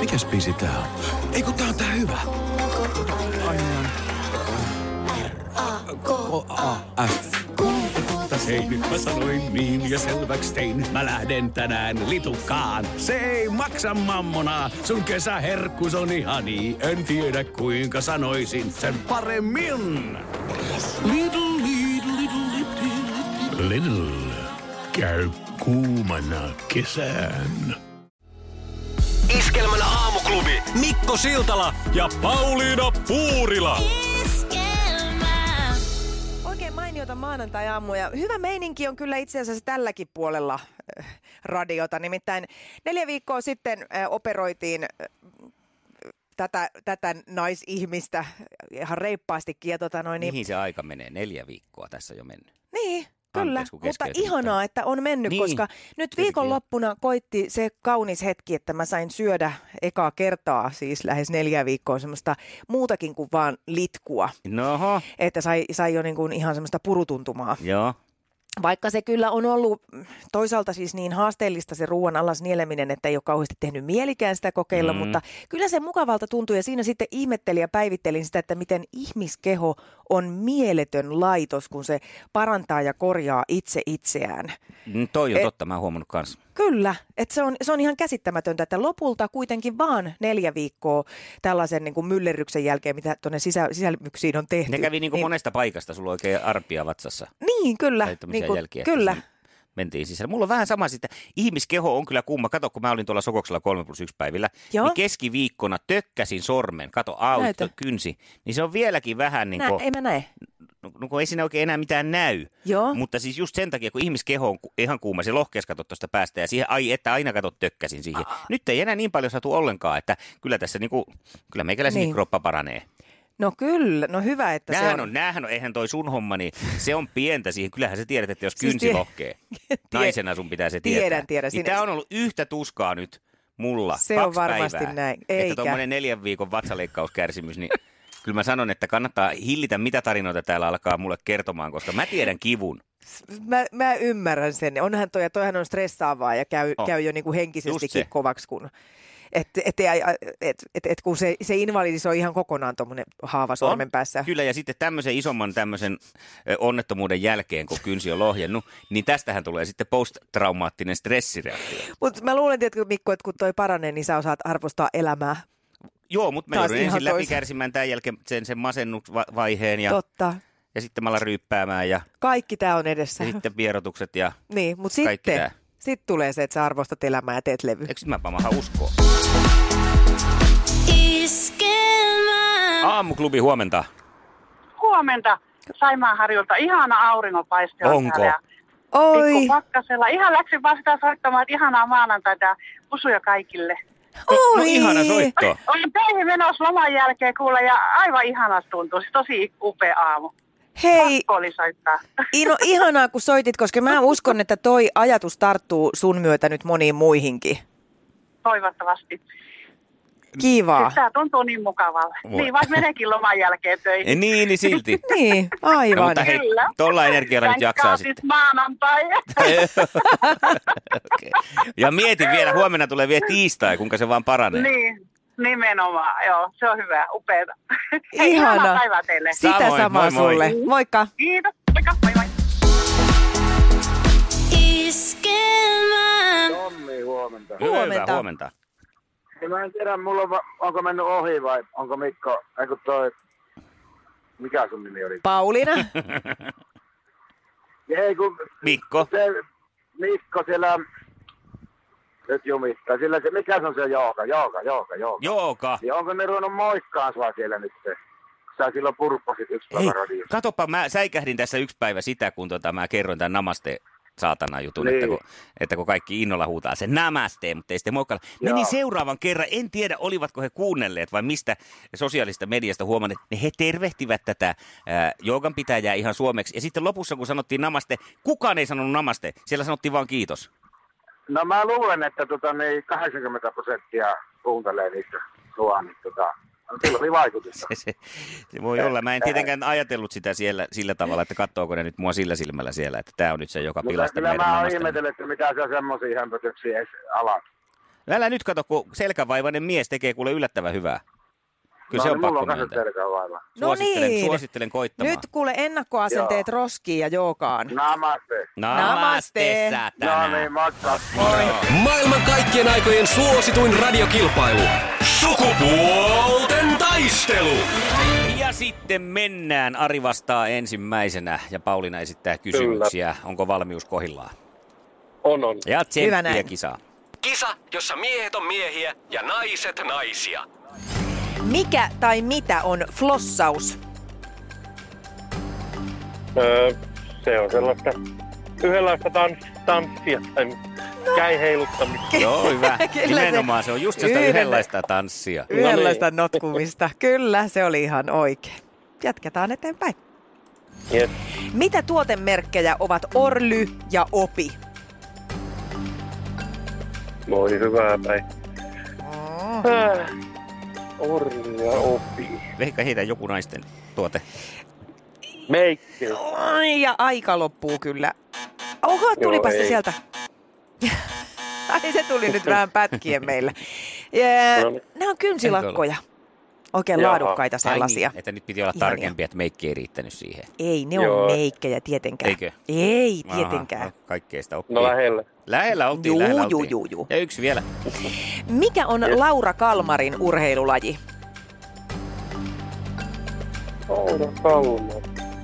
Mikäs biisi tää on? Ei kun tää on tää hyvä. R-A-K-A-F. Hei, nyt mä sanoin niin ja selväks tein. Mä lähden tänään litukaan. Se ei maksa mammonaa. Sun kesäherkkus on ihani. En tiedä kuinka sanoisin sen paremmin. Lidl. Käy kuumana kesään. Iskelmän aamuklubi Mikko Siltala ja Pauliina Puurila. Oikein mainiota maanantai-aamuja. Hyvä meininki on kyllä itse asiassa tälläkin puolella radiota. Nimittäin 4 viikkoa sitten operoitiin tätä naisihmistä ihan reippaastikin. Mihin se aika menee? 4 viikkoa tässä jo mennyt. Niin. Kyllä, Anteeksi, mutta ihanaa, että on mennyt, niin, koska nyt viikonloppuna koitti se kaunis hetki, että mä sain syödä ekaa kertaa, siis lähes 4 viikkoa semmoista muutakin kuin vaan litkua. Noho. Että sai jo niin kuin ihan semmoista purutuntumaa. Joo. Vaikka se kyllä on ollut toisaalta siis niin haasteellista se ruoan alas nieleminen, että ei ole kauheasti tehnyt mielikään sitä kokeilla, mutta kyllä se mukavalta tuntui ja siinä sitten ihmettelin ja päivittelin sitä, että miten ihmiskeho on mieletön laitos, kun se parantaa ja korjaa itse itseään. Toi on totta, mä oon huomannut kanssa. Kyllä, että se on ihan käsittämätöntä, että lopulta kuitenkin vaan 4 viikkoa tällaisen niin kuin myllerryksen jälkeen, mitä tuonne sisälmyksiin on tehty. Ne kävi niin kuin monesta paikasta, sulla on oikein arpia vatsassa. Niin, kyllä. Niin kuin, kyllä. Mentiin sisällä. Mulla on vähän sama sitten. Ihmiskeho on kyllä kumma. Kato, kun mä olin tuolla Sokoksella 3+1 päivillä, niin keskiviikkona tökkäsin sormen. Kato, kynsi. Niin se on vieläkin vähän niin kuin... Ei mä näe. No kun ei siinä oikein enää mitään näy. Joo. Mutta siis just sen takia, kun ihmiskeho on ihan kuuma, se lohkeas katot tuosta päästä ja siihen, että aina katot tökkäsin siihen. Nyt ei enää niin paljon satu ollenkaan, että kyllä tässä niinku, kyllä meikäläisen kroppa paranee. No kyllä, no hyvä, että Näähän on, eihän toi sun homma, niin se on pientä siihen. Kyllähän sä tiedät, että jos kynsi lohkee, naisena sun pitää se tietää. Tiedän. Niin tää on ollut yhtä tuskaa nyt mulla. Se 2 on varmasti päivää, näin, eikä. Että tommonen 4 viikon vatsaleikkauskärsimys, niin kyllä mä sanon, että kannattaa hillitä, mitä tarinoita täällä alkaa mulle kertomaan, koska mä tiedän kivun. Mä ymmärrän sen. Onhan toihan on stressaavaa ja käy jo niinku henkisestikin kovaksi, kun... kun se invalidisoi ihan kokonaan tuommoinen haava sormen päässä. Kyllä, ja sitten tämmöisen onnettomuuden jälkeen, kun kynsi on lohjennut, niin tästähän tulee sitten posttraumaattinen stressireaktio. Mutta mä luulen, että Mikko, että kun toi paranee, niin sä osaat arvostaa elämää. Joo, mutta mä joudun ensin läpikärsimään tämän jälkeen sen masennusvaiheen ja... Totta. Ja sitten mä alan ryyppäämään ja... Kaikki tää on edessä. Ja sitten vierotukset ja niin, mutta kaikki tää. Sitten tulee se, että sä arvostat elämää ja teet levy. Eikö mäpä maha uskoa? Aamuklubi, huomenta. Huomenta. Saimaanharjulta. Ihana auringonpaiste on. Onko? Oi. Pikku pakkasella. Ihan läksin vaan sitä soittamaan, että ihanaa maanantaita. Pusuja kaikille. No ihana soitto. Olin töihin menossa loman jälkeen kuule ja aivan ihanasti tuntui. Tosi upea aamu. Hei, oli soittaa. Ihanaa kun soitit, koska mä uskon, että toi ajatus tarttuu sun myötä nyt moniin muihinkin. Toivottavasti. Kivaa. Tämä tuntuu niin mukavalle. Niin, vaikka meneekin loman jälkeen töihin. Niin silti. Niin, aivan. No, mutta hei, tuolla energialla nyt jaksaa sitten. Maanantai. Okay. Ja mietin vielä, huomenna tulee vielä tiistai, kuinka se vaan paranee. Niin. Nimenomaan, joo. Se on hyvä, upeeta. Ihanaa päivää teille. Sitä samoin, samaa moi, sulle. Moi. Moikka. Kiitos. Moikka. Moi moi. Tommi, huomenta. Huomenta. Mä en tiedä, onko mennyt ohi vai onko Mikko, mikä sun nimi oli? Pauliina. Ei kun... Mikko. Mikko siellä... Nyt jumittaa. Sillä se, mikä se on se Jooka? Jooka. Ja onko ne ruvennut moikkaan sua siellä nyt? Sä silloin purpposit yksi päivä radiossa. Katoppa, mä säikähdin tässä 1 päivä sitä, kun mä kerroin tämän namaste saatana jutun, niin. että kun kaikki innolla huutaa se namaste, mutta ei sitten moikkailla. Meni seuraavan kerran, en tiedä olivatko he kuunnelleet vai mistä sosiaalista mediasta huomanneet, niin he tervehtivät tätä joogan pitäjää ihan suomeksi. Ja sitten lopussa, kun sanottiin namaste, kukaan ei sanonut namaste, siellä sanottiin vaan kiitos. No mä luulen, että 80% kuuntelee niistä sua, niin sillä oli vaikutusta. Se voi olla. Mä en tietenkään ajatellut sitä siellä sillä tavalla, että katsoako ne nyt mua sillä silmällä siellä, että tää on nyt se, joka pilasta meidän namasta. Mä namaste. ihmetellyt, että mitä sä semmosia hömpötyksiä edes alat. Älä nyt kato, kun selkävaivainen mies tekee kuule yllättävän hyvää. Kyllä se on pakko myöntää. No niin. Suosittelen koittamaan. Nyt kuule ennakkoasenteet roskiin ja joogaan. Namaste. Namaste, säätänä. No niin, maksaa. Maailman kaikkien aikojen suosituin radiokilpailu. Sukupuolten taistelu. Ja sitten mennään. Ari vastaa ensimmäisenä ja Pauliina esittää kysymyksiä. Kyllä. Onko valmius kohdillaan? On. Ja tsemppiä kisaa. Kisa, jossa miehet on miehiä ja naiset naisia. Mikä tai mitä on flossaus? Se on sellaista yhdenlaista tanssia tai käi heiluttamista. Joo, hyvä. Nimenomaan se on just sitä yhdenlaista tanssia. Yhdenlaista notkumista. Kyllä, se oli ihan oikein. Jatketaan eteenpäin. Yes. Mitä tuotemerkkejä ovat Orly ja Opi? Voi hyvää päin. Orly ja Opi. Veikka heitä joku naisten tuote. Meikki. Ja aika loppuu kyllä. Oho, tulipas se sieltä. Ai se tuli nyt vähän pätkien meillä. Nämä on kynsilakkoja. Oikein laadukkaita sellaisia. Että nyt piti olla tarkempi, että meikki ei riittänyt siihen. Ei, ne on meikkejä tietenkään. Eikö? Ei tietenkään. Aha, kaikkea sitä oppii. No lähellä. Lähellä oltiin. Juu. Ja yksi vielä. Mikä on Laura Kalmarin urheilulaji? Laura Kalmar.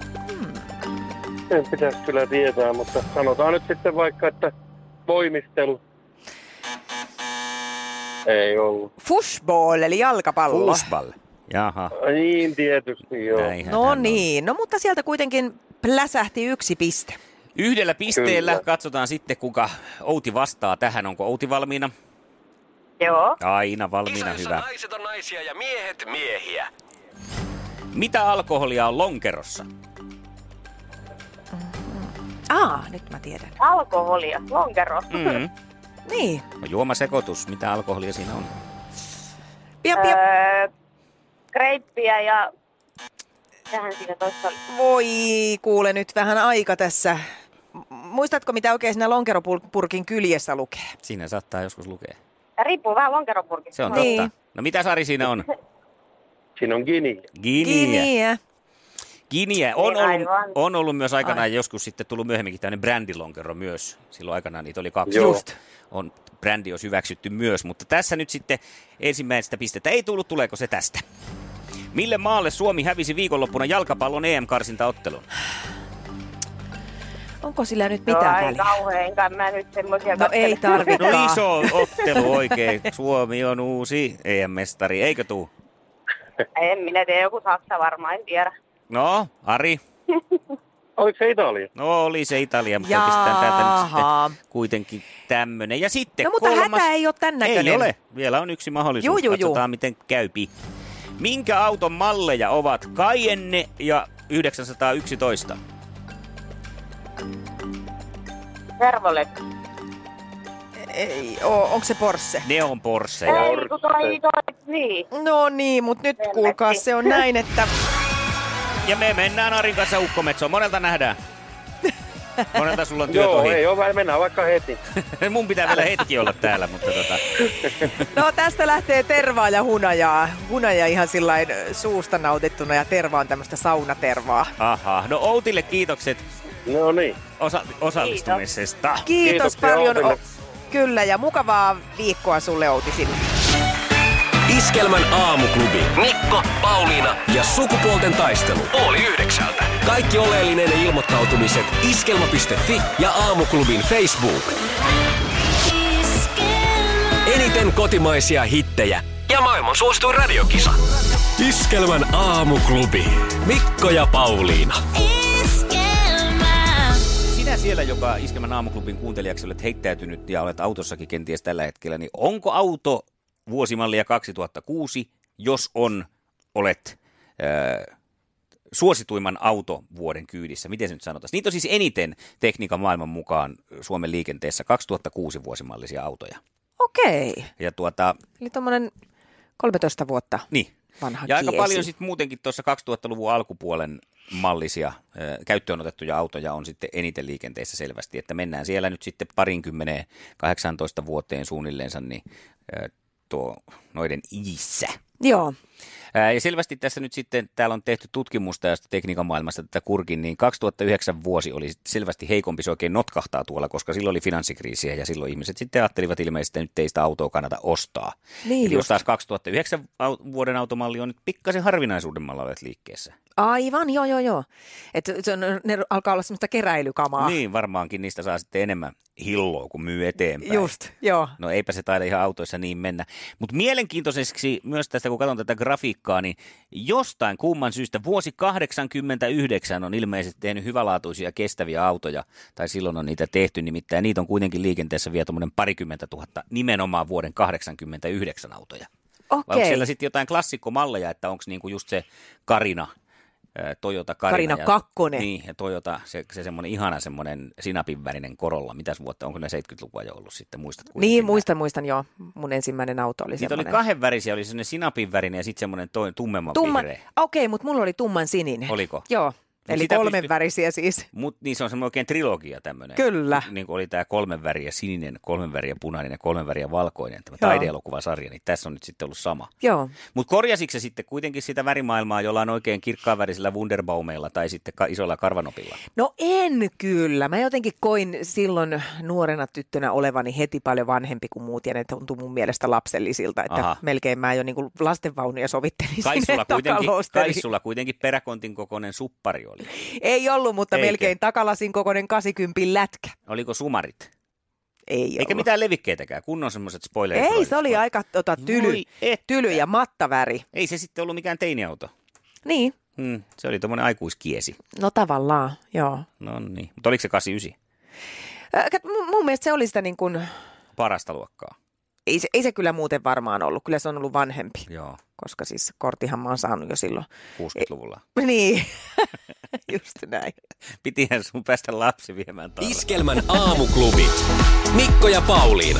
En pitäisi kyllä tietää, mutta sanotaan nyt sitten vaikka, että voimistelu. Ei ollut. Fushball eli jalkapallo. Fushball. Jaha. Niin tietysti joo. No niin, no mutta sieltä kuitenkin pläsähti 1 piste. Yhdellä pisteellä Kyllä. katsotaan sitten, kuinka Outi vastaa tähän. Onko Outi valmiina? Joo. Aina valmiina, Kisa, hyvä. jossa naiset on naisia ja miehet miehiä. Mitä alkoholia on lonkerossa? Nyt mä tiedän. Alkoholia, lonkero. Mm-hmm. Niin. No, juomasekoitus. Mitä alkoholia siinä on? Pia. Kreippiä ja... Tähän siinä toista oli. Voi kuule nyt vähän aika tässä. Muistatko mitä oikein siinä lonkeropurkin kyljessä lukee? Siinä saattaa joskus lukea. Riippuu vähän lonkeropurkista. Se on Niin. totta. No mitä Sari siinä on? Siinä on Gini. Giniä. On ollut myös aikanaan joskus sitten tullut myöhemminkin tämmöinen brändilonkero myös. Silloin aikanaan niitä oli 2. Joo. Just. Brändi olisi hyväksytty myös, mutta tässä nyt sitten ensimmäistä pistettä ei tullut. Tuleeko se tästä? Mille maalle Suomi hävisi viikonloppuna jalkapallon EM-karsintaottelun? Onko sillä nyt mitään Ai väliä? kauhean, enkä mä nyt semmosia No ei tarvitse. No iso ottelu oikein. Suomi on uusi EM-mestari, eikö tuu? En minä tiedä, joku Saksa varmaan, en tiedä. No, Ari? Oliko se Italia? No oli se Italia, mutta pistetään täältä nyt sitten kuitenkin tämmönen. Ja sitten No mutta hätä ei ole tän näköinen. Ei ole. Vielä on yksi mahdollisuus. Katsotaan miten käypi. Minkä auton malleja ovat Cayenne ja 911? Servolet. Ei onko se Porsche? Ne on Porsche. Ei, kun toi, niin. No niin, mutta nyt kuulkaa se on näin, että... Ja me mennään Arin kanssa ukkometsoon. Monelta nähdään. Monelta sulla on työt ohi. Joo, ei ole, mennään vaikka heti. Mun pitää vielä hetki olla täällä, mutta No tästä lähtee tervaa ja hunajaa. Hunaja ihan sillain suusta nautittuna ja terva on tämmöistä saunatervaa. Aha, no Outille kiitokset No niin. osallistumisesta. Kiitos paljon. Outille. Kyllä, ja mukavaa viikkoa sulle Outi sinne. Iskelmän aamuklubi. Mikko, Pauliina ja sukupuolten taistelu. 8:30. Kaikki oleellinen ilmoittautumiset iskelma.fi ja aamuklubin Facebook. Eniten kotimaisia hittejä ja maailman suosituin radiokisa. Iskelmän aamuklubi. Mikko ja Pauliina. Sinä siellä, joka Iskelmän aamuklubin kuuntelijaksi olet heittäytynyt ja olet autossakin kenties tällä hetkellä, niin onko auto vuosimallia 2006, jos olet suosituimman autovuoden kyydissä? Miten se nyt sanotaan? Niitä on siis eniten tekniikan maailman mukaan Suomen liikenteessä 2006 vuosimallisia autoja. Okei. Ja Eli tommonen 13 vuotta. Niin. vanha Ja aika kiesi. paljon sitten muutenkin tuossa 2000-luvun alkupuolen mallisia käyttöön otettuja autoja on sitten eniten liikenteessä selvästi, että mennään siellä nyt sitten 18 vuoteen suunnilleensa niin noiden iissä. Joo. Ja selvästi tässä nyt sitten, täällä on tehty tutkimusta ja tekniikan maailmasta tätä kurkin, niin 2009 vuosi oli selvästi heikompi, se oikein notkahtaa tuolla, koska silloin oli finanssikriisiä ja silloin ihmiset sitten ajattelivat ilmeisesti, että nyt ei sitä autoa kannata ostaa. Niin Eli jos taas 2009 vuoden automalli on nyt pikkasen harvinaisuudemmalla olet liikkeessä. Aivan, joo. Että ne alkaa olla semmoista keräilykamaa. Niin, varmaankin niistä saa sitten enemmän hilloa, kun myy eteenpäin. Just, joo. No eipä se taida ihan autoissa niin mennä. Mutta mielenkiintoiseksi myös tästä, kun katson tätä grafiikkaa, niin jostain kumman syystä vuosi 1989 on ilmeisesti tehnyt hyvälaatuisia kestäviä autoja, tai silloin on niitä tehty, nimittäin niitä on kuitenkin liikenteessä vielä tuommoinen 20 000 nimenomaan vuoden 1989 autoja. Okei. Vai onko siellä sitten jotain klassikkomalleja, että onko niinku just se Carina, Toyota Carina ja, 2. Niin, ja Toyota, se semmoinen ihana semmoinen sinapinvärinen Corolla. Mitäs vuotta, onko ne 70-lukua jo ollut sitten, muistatko? Niin, muistan joo. Mun ensimmäinen auto oli semmoinen. Niitä oli kahdenvärisiä, oli semmoinen sinapinvärinen ja sitten semmoinen tummemman vihreä. Okei, mutta mulla oli tumman sininen. Oliko? Joo. Eli 3 värisiä siis. Niin se on semmoinen oikein trilogia tämmöinen. Kyllä. Niin kuin oli tämä 3 väriä sininen, 3 väriä punainen ja 3 väriä valkoinen, tämä taideelokuvasarja, niin tässä on nyt sitten ollut sama. Joo. Mutta korjasitko se sitten kuitenkin sitä värimaailmaa jollain oikein kirkkaanvärisillä Wunderbaumeilla tai sitten isolla karvanopilla? No en kyllä. Mä jotenkin koin silloin nuorena tyttönä olevani heti paljon vanhempi kuin muut ja ne tuntui mun mielestä lapsellisilta, että melkein mä jo niin kuin lastenvaunuja sovittelin sinne takalosteri. Kai sulla kuitenkin peräkontin kokoinen suppari oli. Ei ollut, mutta melkein takalasin kokoinen 80 lätkä. Oliko sumarit? Ei ollut. Eikä mitään levikkeitäkään, kunnon semmoiset spoilerit. Ei, se oli aika tyly ja mattaväri. Ei se sitten ollut mikään teiniauto. Niin. Se oli tommoinen aikuiskiesi. No tavallaan, joo. No niin, mutta oliko se 89? Mun mielestä se oli sitä niin kuin... Parasta luokkaa. Ei se kyllä muuten varmaan ollut. Kyllä se on ollut vanhempi. Joo. Koska siis korttihan mä oon saanut jo silloin. 60-luvulla. Niin, just näin. Pitihän sun päästä lapsi viemään taas. Iskelmän aamuklubi. Mikko ja Pauliina.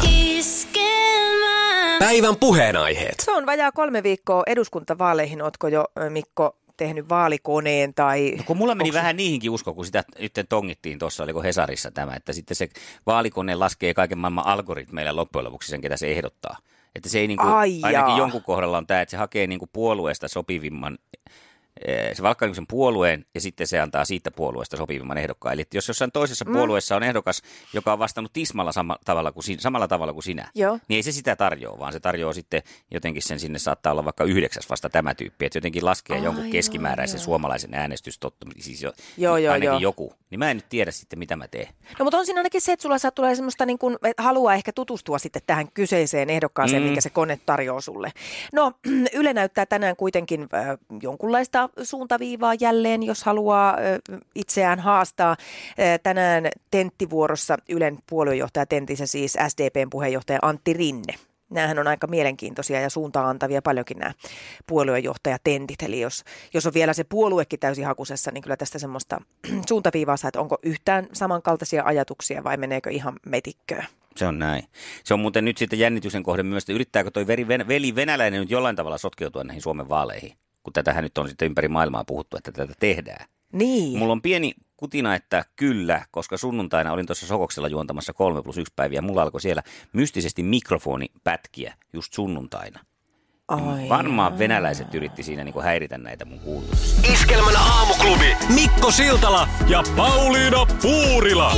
Päivän puheenaiheet. Se on vajaa 3 viikkoa eduskuntavaaleihin. Ootko jo, Mikko, tehnyt vaalikoneen tai... No kun mulla meni vähän niihinkin usko, kun sitä nyt tongittiin tuossa, oliko Hesarissa tämä, että sitten se vaalikone laskee kaiken maailman algoritmeilla loppujen lopuksi sen, ketä se ehdottaa. Että se ei niinku, ainakin jonkun kohdalla on tämä, että se hakee niinku puolueesta sopivimman, se valkkaa sen puolueen ja sitten se antaa siitä puolueesta sopivimman ehdokkaan. Eli jos jossain toisessa puolueessa on ehdokas, joka on vastannut tismalla samalla tavalla kuin sinä, niin ei se sitä tarjoa, vaan se tarjoaa sitten jotenkin sen sinne saattaa olla vaikka 9 vasta tämä tyyppi, että jotenkin laskee jonkun keskimääräisen suomalaisen äänestystottumisen, siis ainakin joku. Niin mä en nyt tiedä sitten, mitä mä teen. No mutta on siinä ainakin se, että sulla tulee semmoista niin kuin, että haluaa ehkä tutustua sitten tähän kyseiseen ehdokkaaseen, minkä se kone tarjoaa sulle. No Yle näyttää tänään kuitenkin jonkunlaista suuntaviivaa jälleen, jos haluaa itseään haastaa. Tänään tenttivuorossa Ylen puoluejohtaja tentissä siis SDPn puheenjohtaja Antti Rinne. Nämähän on aika mielenkiintoisia ja suuntaan antavia paljonkin nämä puoluejohtajatentit. Eli jos on vielä se puoluekin täysin hakusessa, niin kyllä tästä semmoista suuntaviivaa saa, että onko yhtään samankaltaisia ajatuksia vai meneekö ihan metikköön. Se on näin. Se on muuten nyt sitten jännityksen kohde myös, että yrittääkö toi veli venäläinen nyt jollain tavalla sotkeutua näihin Suomen vaaleihin, kun tätähän nyt on sitten ympäri maailmaa puhuttu, että tätä tehdään. Niin. Mulla on pieni kutina, että kyllä, koska sunnuntaina olin tuossa Sokoksella juontamassa 3+1 päiviä. Mulla alkoi siellä mystisesti mikrofoni pätkiä just sunnuntaina. Varmaan venäläiset yritti siinä niin kuin häiritä näitä mun kuulutuksia. Iskelmän aamuklubi. Mikko Siltala ja Pauliina Puurila.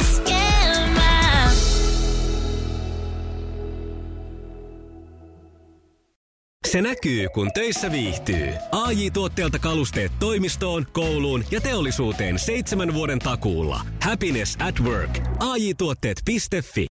Se näkyy, kun töissä viihtyy. AJ-tuotteelta kalusteet toimistoon, kouluun ja teollisuuteen 7 vuoden takuulla. Happiness at work. AJ-tuotteet.fi